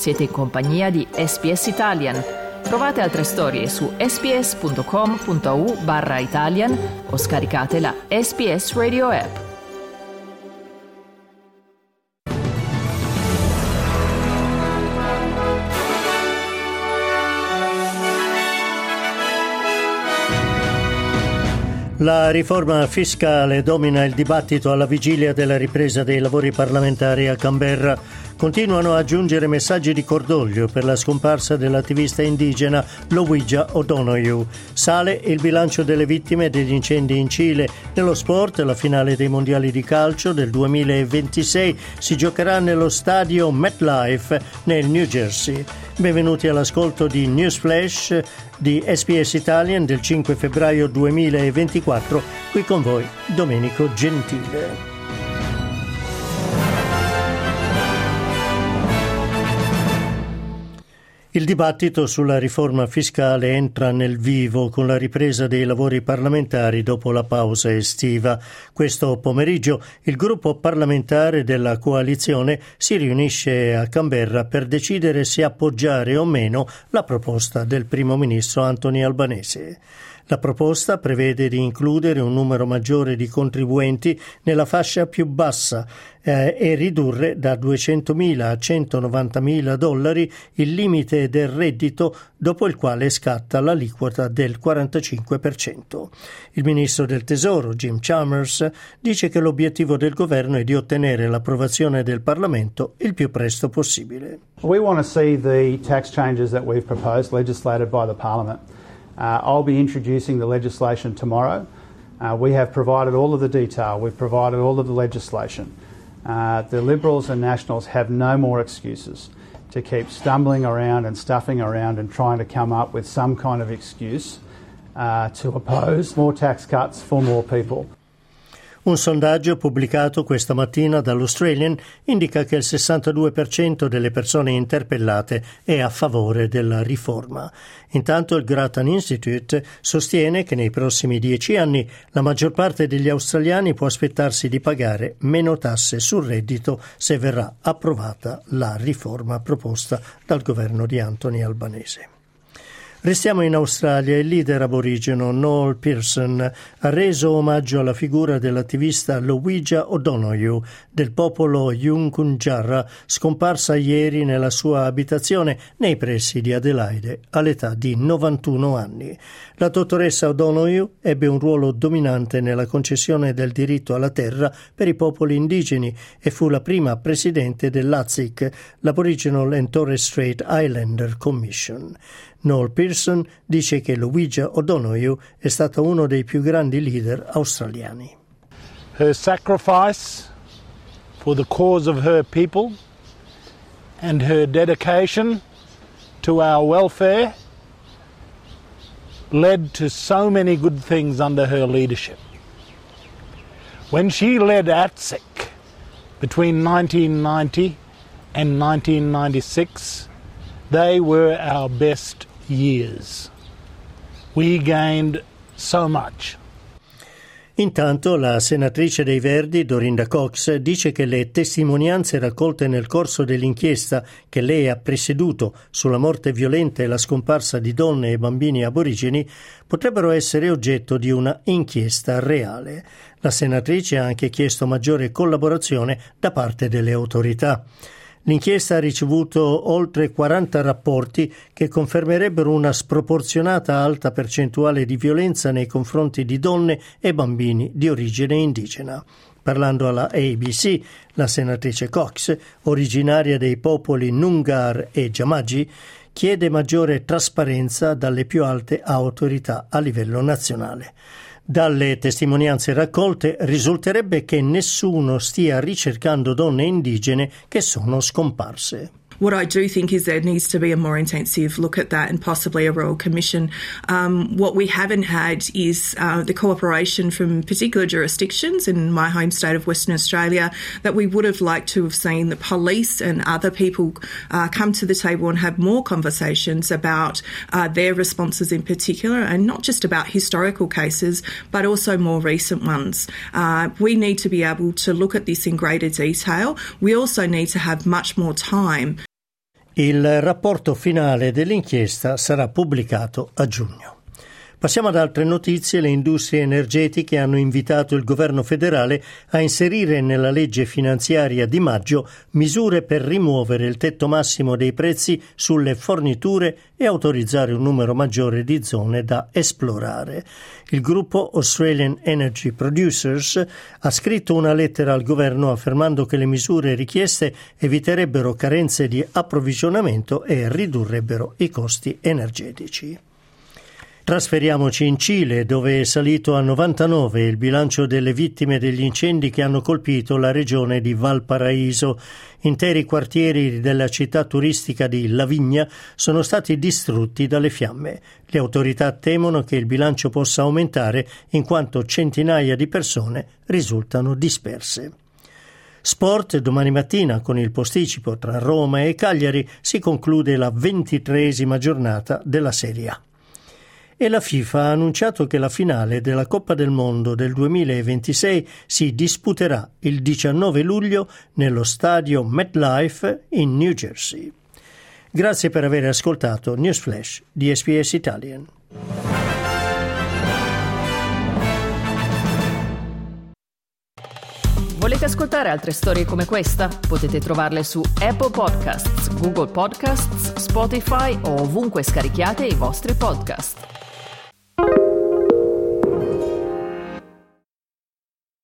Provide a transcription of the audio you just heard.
Siete in compagnia di SBS Italian. Trovate altre storie su sbs.com.au/Italian o scaricate la SBS Radio app. La riforma fiscale domina il dibattito alla vigilia della ripresa dei lavori parlamentari a Canberra. Continuano a giungere messaggi di cordoglio per la scomparsa dell'attivista indigena Lowija O'Donoghue. Sale il bilancio delle vittime degli incendi in Cile. Nello sport, la finale dei mondiali di calcio del 2026 si giocherà nello stadio MetLife nel New Jersey. Benvenuti all'ascolto di News Flash di SBS Italian del 5 febbraio 2024. Qui con voi Domenico Gentile. Il dibattito sulla riforma fiscale entra nel vivo con la ripresa dei lavori parlamentari dopo la pausa estiva. Questo pomeriggio il gruppo parlamentare della coalizione si riunisce a Canberra per decidere se appoggiare o meno la proposta del primo ministro Anthony Albanese. La proposta prevede di includere un numero maggiore di contribuenti nella fascia più bassa e ridurre da $200.000 a $190.000 il limite del reddito dopo il quale scatta l'aliquota del 45%. Il ministro del Tesoro, Jim Chalmers, dice che l'obiettivo del governo è di ottenere l'approvazione del Parlamento il più presto possibile. We want to see the tax changes that we've proposed legislated by the Parliament. I'll be introducing the legislation tomorrow. We have provided all of the detail. We've provided all of the legislation. The Liberals and Nationals have no more excuses to keep stumbling around and stuffing around and trying to come up with some kind of excuse to oppose more tax cuts for more people. Un sondaggio pubblicato questa mattina dall'Australian indica che il 62% delle persone interpellate è a favore della riforma. Intanto il Grattan Institute sostiene che nei prossimi 10 anni la maggior parte degli australiani può aspettarsi di pagare meno tasse sul reddito se verrà approvata la riforma proposta dal governo di Anthony Albanese. Restiamo in Australia. Il leader aborigeno Noel Pearson ha reso omaggio alla figura dell'attivista Lowija O'Donoghue del popolo Yunkunytjatjara, scomparsa ieri nella sua abitazione nei pressi di Adelaide all'età di 91 anni. La dottoressa O'Donoghue ebbe un ruolo dominante nella concessione del diritto alla terra per i popoli indigeni e fu la prima presidente dell'ATSIC, l'Aboriginal and Torres Strait Islander Commission. Noel Pearson dice che Lowija O'Donoghue è stata uno dei più grandi leader australiani. Her sacrifice for the cause of her people and her dedication to our welfare led to so many good things under her leadership. When she led ATSIC between 1990 and 1996, they were our best years. We gained so much. Intanto la senatrice dei Verdi, Dorinda Cox, dice che le testimonianze raccolte nel corso dell'inchiesta che lei ha presieduto sulla morte violenta e la scomparsa di donne e bambini aborigeni potrebbero essere oggetto di una inchiesta reale. La senatrice ha anche chiesto maggiore collaborazione da parte delle autorità. L'inchiesta ha ricevuto oltre 40 rapporti che confermerebbero una sproporzionata alta percentuale di violenza nei confronti di donne e bambini di origine indigena. Parlando alla ABC, la senatrice Cox, originaria dei popoli Noongar e Jamaji, chiede maggiore trasparenza dalle più alte autorità a livello nazionale. Dalle testimonianze raccolte risulterebbe che nessuno stia ricercando donne indigene che sono scomparse. What I do think is there needs to be a more intensive look at that and possibly a Royal Commission. What we haven't had is the cooperation from particular jurisdictions in my home state of Western Australia that we would have liked to have seen the police and other people come to the table and have more conversations about their responses in particular, and not just about historical cases but also more recent ones. We need to be able to look at this in greater detail. We also need to have much more time. Il rapporto finale dell'inchiesta sarà pubblicato a giugno. Passiamo ad altre notizie. Le industrie energetiche hanno invitato il governo federale a inserire nella legge finanziaria di maggio misure per rimuovere il tetto massimo dei prezzi sulle forniture e autorizzare un numero maggiore di zone da esplorare. Il gruppo Australian Energy Producers ha scritto una lettera al governo affermando che le misure richieste eviterebbero carenze di approvvigionamento e ridurrebbero i costi energetici. Trasferiamoci in Cile, dove è salito a 99 il bilancio delle vittime degli incendi che hanno colpito la regione di Valparaíso. Interi quartieri della città turistica di La Vigna sono stati distrutti dalle fiamme. Le autorità temono che il bilancio possa aumentare in quanto centinaia di persone risultano disperse. Sport, domani mattina con il posticipo tra Roma e Cagliari si conclude la 23esima giornata della Serie A. E la FIFA ha annunciato che la finale della Coppa del Mondo del 2026 si disputerà il 19 luglio nello stadio MetLife in New Jersey. Grazie per aver ascoltato News Flash di SBS Italian. Volete ascoltare altre storie come questa? Potete trovarle su Apple Podcasts, Google Podcasts, Spotify o ovunque scarichiate i vostri podcast.